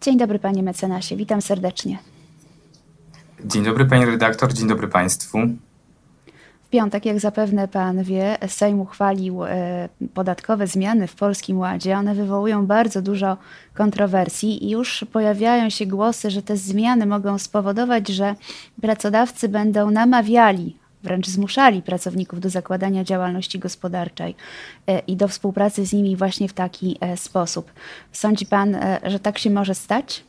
Dzień dobry panie mecenasie, witam serdecznie. Dzień dobry pani redaktor, dzień dobry państwu. W piątek, jak zapewne pan wie, Sejm uchwalił podatkowe zmiany w Polskim Ładzie. One wywołują bardzo dużo kontrowersji i już pojawiają się głosy, że te zmiany mogą spowodować, że pracodawcy będą namawiali, wręcz zmuszali pracowników do zakładania działalności gospodarczej i do współpracy z nimi właśnie w taki sposób. Sądzi pan, że tak się może stać?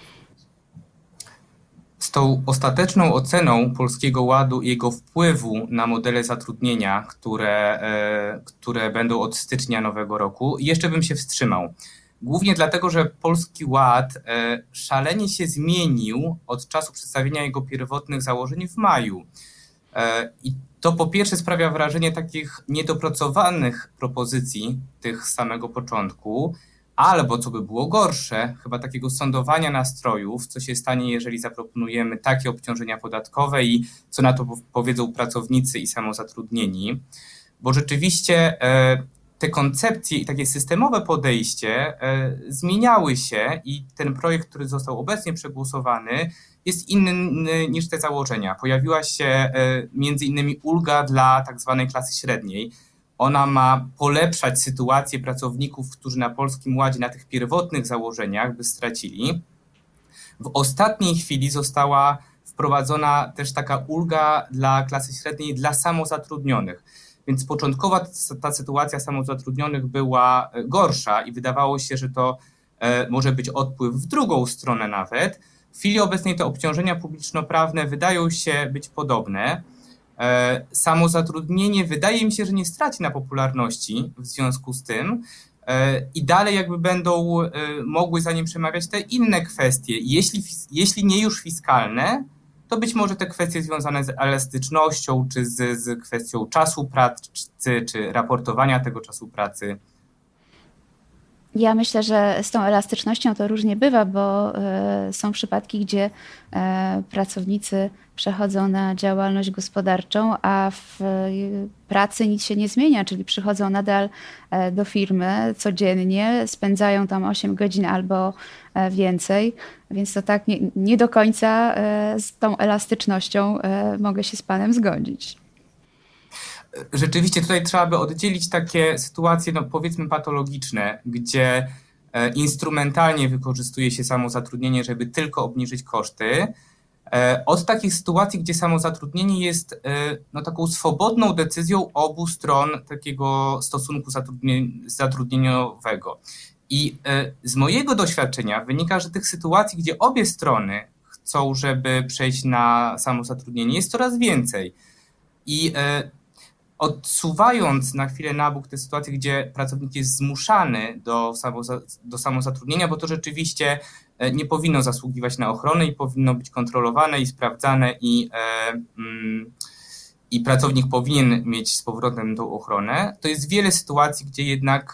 Z tą ostateczną oceną Polskiego Ładu i jego wpływu na modele zatrudnienia, które będą od stycznia nowego roku, jeszcze bym się wstrzymał. Głównie dlatego, że Polski Ład szalenie się zmienił od czasu przedstawienia jego pierwotnych założeń w maju. I to po pierwsze sprawia wrażenie takich niedopracowanych propozycji tych z samego początku, albo co by było gorsze, chyba takiego sądowania nastrojów, co się stanie, jeżeli zaproponujemy takie obciążenia podatkowe i co na to powiedzą pracownicy i samozatrudnieni. Bo rzeczywiście te koncepcje i takie systemowe podejście zmieniały się i ten projekt, który został obecnie przegłosowany, jest inny niż te założenia. Pojawiła się między innymi ulga dla tak zwanej klasy średniej. Ona ma polepszać sytuację pracowników, którzy na Polskim Ładzie, na tych pierwotnych założeniach by stracili. W ostatniej chwili została wprowadzona też taka ulga dla klasy średniej dla samozatrudnionych. Więc początkowa ta sytuacja samozatrudnionych była gorsza i wydawało się, że to może być odpływ w drugą stronę nawet. W chwili obecnej te obciążenia publiczno-prawne wydają się być podobne. Samozatrudnienie wydaje mi się, że nie straci na popularności w związku z tym i dalej jakby będą mogły za nim przemawiać te inne kwestie. Jeśli nie już fiskalne, to być może te kwestie związane z elastycznością, czy z kwestią czasu pracy, czy raportowania tego czasu pracy. Ja myślę, że z tą elastycznością to różnie bywa, bo są przypadki, gdzie pracownicy przechodzą na działalność gospodarczą, a w pracy nic się nie zmienia, czyli przychodzą nadal do firmy codziennie, spędzają tam 8 godzin albo więcej, więc to tak nie do końca z tą elastycznością mogę się z panem zgodzić. Rzeczywiście tutaj trzeba by oddzielić takie sytuacje, no powiedzmy patologiczne, gdzie instrumentalnie wykorzystuje się samozatrudnienie, żeby tylko obniżyć koszty, od takich sytuacji, gdzie samozatrudnienie jest taką swobodną decyzją obu stron takiego stosunku zatrudnieniowego. I z mojego doświadczenia wynika, że tych sytuacji, gdzie obie strony chcą, żeby przejść na samozatrudnienie, jest coraz więcej. I odsuwając na chwilę na bok te sytuacje, gdzie pracownik jest zmuszany do samozatrudnienia, bo to rzeczywiście nie powinno zasługiwać na ochronę i powinno być kontrolowane i sprawdzane i pracownik powinien mieć z powrotem tą ochronę, to jest wiele sytuacji, gdzie jednak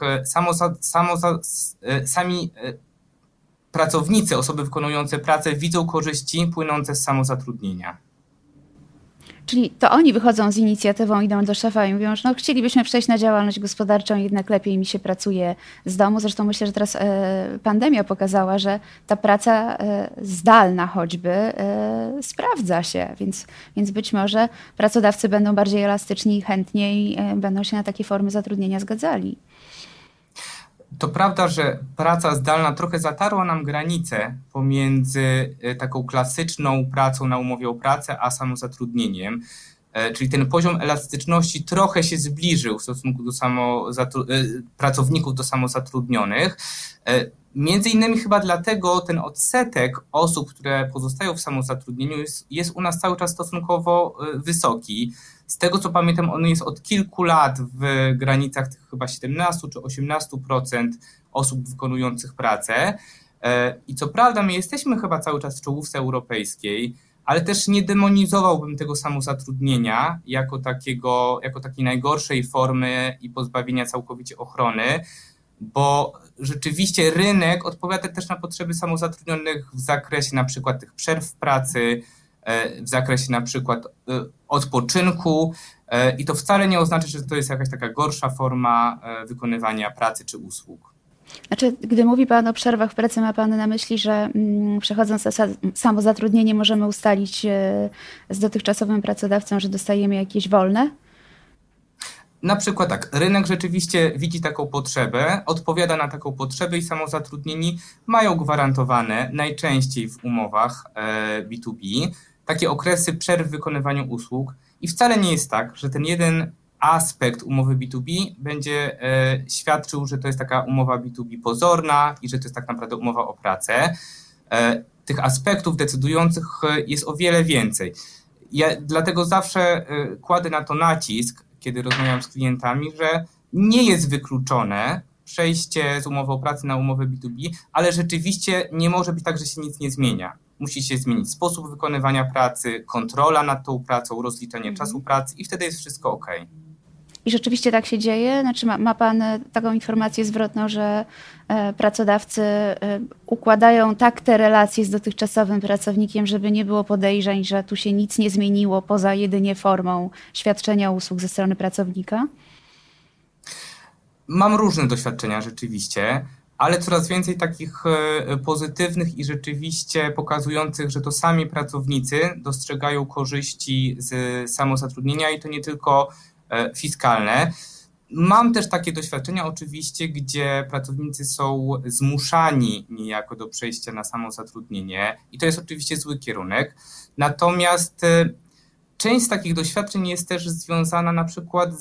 sami pracownicy, osoby wykonujące pracę widzą korzyści płynące z samozatrudnienia. Czyli to oni wychodzą z inicjatywą, idą do szefa i mówią, że no, chcielibyśmy przejść na działalność gospodarczą, jednak lepiej mi się pracuje z domu. Zresztą myślę, że teraz pandemia pokazała, że ta praca zdalna choćby sprawdza się, więc być może pracodawcy będą bardziej elastyczni i chętniej będą się na takie formy zatrudnienia zgadzali. To prawda, że praca zdalna trochę zatarła nam granicę pomiędzy taką klasyczną pracą na umowie o pracę, a samozatrudnieniem. Czyli ten poziom elastyczności trochę się zbliżył w stosunku do pracowników do samozatrudnionych. Między innymi chyba dlatego ten odsetek osób, które pozostają w samozatrudnieniu jest u nas cały czas stosunkowo wysoki. Z tego co pamiętam, on jest od kilku lat w granicach tych chyba 17 czy 18% osób wykonujących pracę. I co prawda my jesteśmy chyba cały czas w czołówce europejskiej, ale też nie demonizowałbym tego samozatrudnienia jako takiej najgorszej formy i pozbawienia całkowicie ochrony, bo rzeczywiście rynek odpowiada też na potrzeby samozatrudnionych w zakresie na przykład tych przerw pracy, w zakresie na przykład odpoczynku i to wcale nie oznacza, że to jest jakaś taka gorsza forma wykonywania pracy czy usług. Znaczy, gdy mówi Pan o przerwach w pracy, ma Pan na myśli, że przechodząc na samozatrudnienie możemy ustalić z dotychczasowym pracodawcą, że dostajemy jakieś wolne? Na przykład tak, rynek rzeczywiście widzi taką potrzebę, odpowiada na taką potrzebę i samozatrudnieni mają gwarantowane najczęściej w umowach B2B takie okresy przerw w wykonywaniu usług i wcale nie jest tak, że ten jeden aspekt umowy B2B będzie świadczył, że to jest taka umowa B2B pozorna i że to jest tak naprawdę umowa o pracę. Tych aspektów decydujących jest o wiele więcej. Ja dlatego zawsze kładę na to nacisk, kiedy rozmawiam z klientami, że nie jest wykluczone przejście z umowy o pracę na umowę B2B, ale rzeczywiście nie może być tak, że się nic nie zmienia. Musi się zmienić sposób wykonywania pracy, kontrola nad tą pracą, rozliczenie czasu pracy i wtedy jest wszystko ok. I rzeczywiście tak się dzieje? Znaczy ma Pan taką informację zwrotną, że pracodawcy układają tak te relacje z dotychczasowym pracownikiem, żeby nie było podejrzeń, że tu się nic nie zmieniło poza jedynie formą świadczenia usług ze strony pracownika? Mam różne doświadczenia rzeczywiście, ale coraz więcej takich pozytywnych i rzeczywiście pokazujących, że to sami pracownicy dostrzegają korzyści z samozatrudnienia i to nie tylko fiskalne. Mam też takie doświadczenia oczywiście, gdzie pracownicy są zmuszani niejako do przejścia na samozatrudnienie i to jest oczywiście zły kierunek. Natomiast część z takich doświadczeń jest też związana na przykład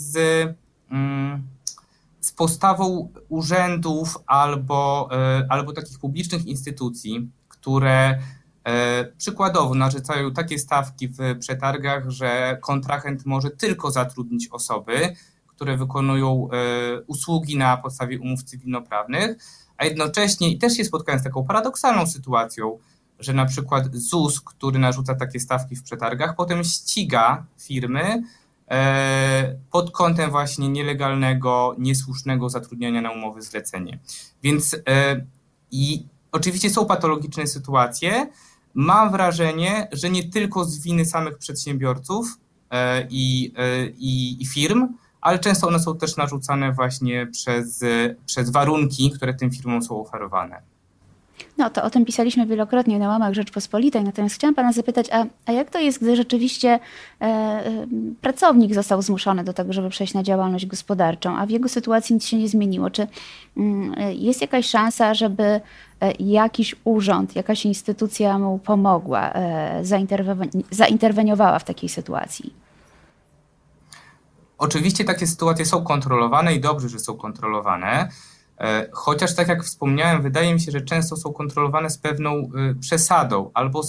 z postawą urzędów albo takich publicznych instytucji, które przykładowo narzucają takie stawki w przetargach, że kontrahent może tylko zatrudnić osoby, które wykonują usługi na podstawie umów cywilnoprawnych, a jednocześnie i też się spotkałem z taką paradoksalną sytuacją, że na przykład ZUS, który narzuca takie stawki w przetargach, potem ściga firmy pod kątem właśnie nielegalnego, niesłusznego zatrudniania na umowy zlecenie. Więc i oczywiście są patologiczne sytuacje. Mam wrażenie, że nie tylko z winy samych przedsiębiorców i firm, ale często one są też narzucane właśnie przez warunki, które tym firmom są oferowane. No to o tym pisaliśmy wielokrotnie na łamach Rzeczpospolitej, natomiast chciałam Pana zapytać, a jak to jest, gdy rzeczywiście pracownik został zmuszony do tego, żeby przejść na działalność gospodarczą, a w jego sytuacji nic się nie zmieniło? Czy jest jakaś szansa, żeby jakiś urząd, jakaś instytucja mu pomogła, zainterweniowała w takiej sytuacji? Oczywiście takie sytuacje są kontrolowane i dobrze, że są kontrolowane. Chociaż tak jak wspomniałem, wydaje mi się, że często są kontrolowane z pewną przesadą albo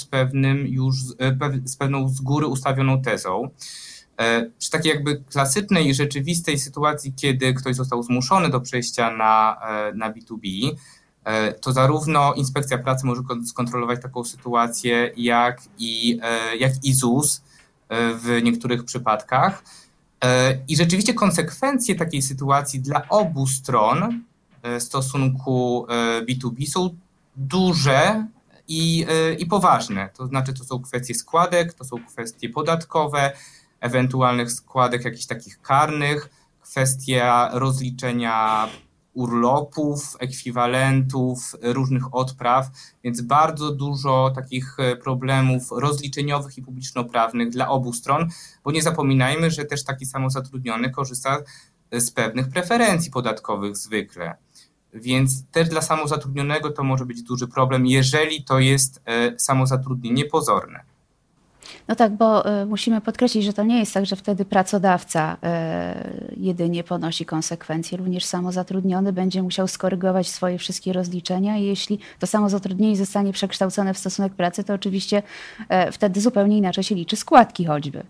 z pewną z góry ustawioną tezą. Przy takiej jakby klasycznej i rzeczywistej sytuacji, kiedy ktoś został zmuszony do przejścia na B2B, to zarówno Inspekcja Pracy może skontrolować taką sytuację, jak i ZUS w niektórych przypadkach. I rzeczywiście konsekwencje takiej sytuacji dla obu stron stosunku B2B są duże i poważne. To znaczy, to są kwestie składek, to są kwestie podatkowe, ewentualnych składek jakichś takich karnych, kwestia rozliczenia urlopów, ekwiwalentów, różnych odpraw, więc bardzo dużo takich problemów rozliczeniowych i publiczno-prawnych dla obu stron, bo nie zapominajmy, że też taki samozatrudniony korzysta z pewnych preferencji podatkowych zwykle. Więc też dla samozatrudnionego to może być duży problem, jeżeli to jest samozatrudnienie pozorne. No tak, bo musimy podkreślić, że to nie jest tak, że wtedy pracodawca jedynie ponosi konsekwencje. Również samozatrudniony będzie musiał skorygować swoje wszystkie rozliczenia i jeśli to samozatrudnienie zostanie przekształcone w stosunek pracy, to oczywiście wtedy zupełnie inaczej się liczy składki choćby.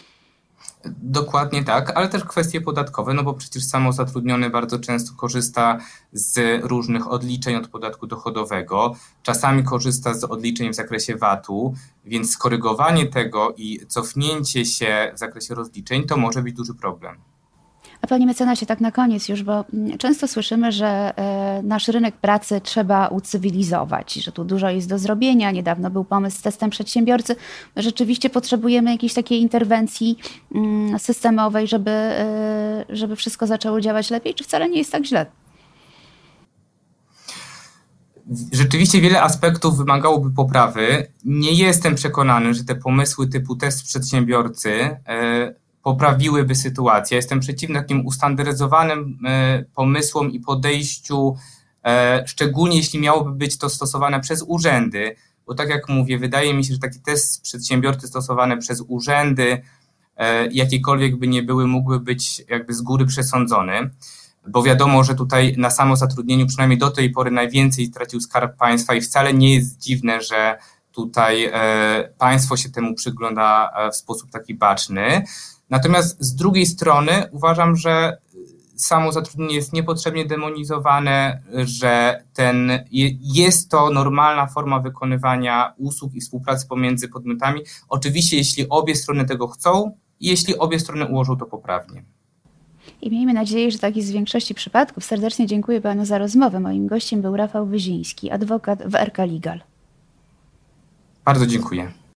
Dokładnie tak, ale też kwestie podatkowe, no bo przecież samozatrudniony bardzo często korzysta z różnych odliczeń od podatku dochodowego, czasami korzysta z odliczeń w zakresie VAT-u, więc skorygowanie tego i cofnięcie się w zakresie rozliczeń to może być duży problem. A panie mecenasie, tak na koniec już, bo często słyszymy, że nasz rynek pracy trzeba ucywilizować, że tu dużo jest do zrobienia. Niedawno był pomysł z testem przedsiębiorcy. Rzeczywiście potrzebujemy jakiejś takiej interwencji systemowej, żeby wszystko zaczęło działać lepiej, czy wcale nie jest tak źle? Rzeczywiście wiele aspektów wymagałoby poprawy. Nie jestem przekonany, że te pomysły typu test przedsiębiorcy poprawiłyby sytuację. Jestem przeciwny takim ustandaryzowanym pomysłom i podejściu, szczególnie jeśli miałoby być to stosowane przez urzędy, bo tak jak mówię, wydaje mi się, że taki test przedsiębiorcy stosowany przez urzędy, jakiekolwiek by nie były, mógłby być jakby z góry przesądzony, bo wiadomo, że tutaj na samozatrudnieniu przynajmniej do tej pory najwięcej stracił Skarb Państwa i wcale nie jest dziwne, że tutaj państwo się temu przygląda w sposób taki baczny. Natomiast z drugiej strony uważam, że samozatrudnienie jest niepotrzebnie demonizowane, że jest to normalna forma wykonywania usług i współpracy pomiędzy podmiotami. Oczywiście, jeśli obie strony tego chcą i jeśli obie strony ułożą to poprawnie. I miejmy nadzieję, że tak jest w większości przypadków. Serdecznie dziękuję panu za rozmowę. Moim gościem był Rafał Wyziński, adwokat w RK Legal. Bardzo dziękuję.